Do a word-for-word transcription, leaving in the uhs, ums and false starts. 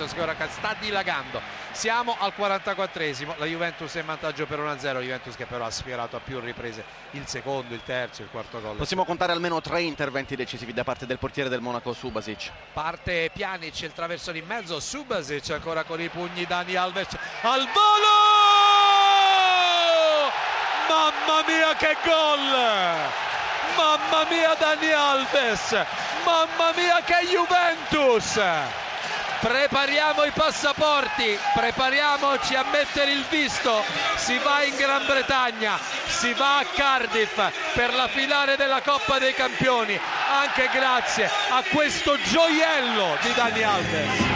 Juventus che ora sta dilagando. Siamo al quarantaquattresimo, la Juventus è in vantaggio per uno a zero, Juventus che però ha sfiorato a più riprese il secondo, il terzo, il quarto gol. Possiamo contare almeno tre interventi decisivi da parte del portiere del Monaco, Subasic. Parte Pjanic, il traversone in mezzo, Subasic ancora con i pugni, Dani Alves al volo! Mamma mia che gol! Mamma mia Dani Alves! Mamma mia che Juventus! Prepariamo i passaporti, prepariamoci a mettere il visto, si va in Gran Bretagna, si va a Cardiff per la finale della Coppa dei Campioni, anche grazie a questo gioiello di Dani Alves.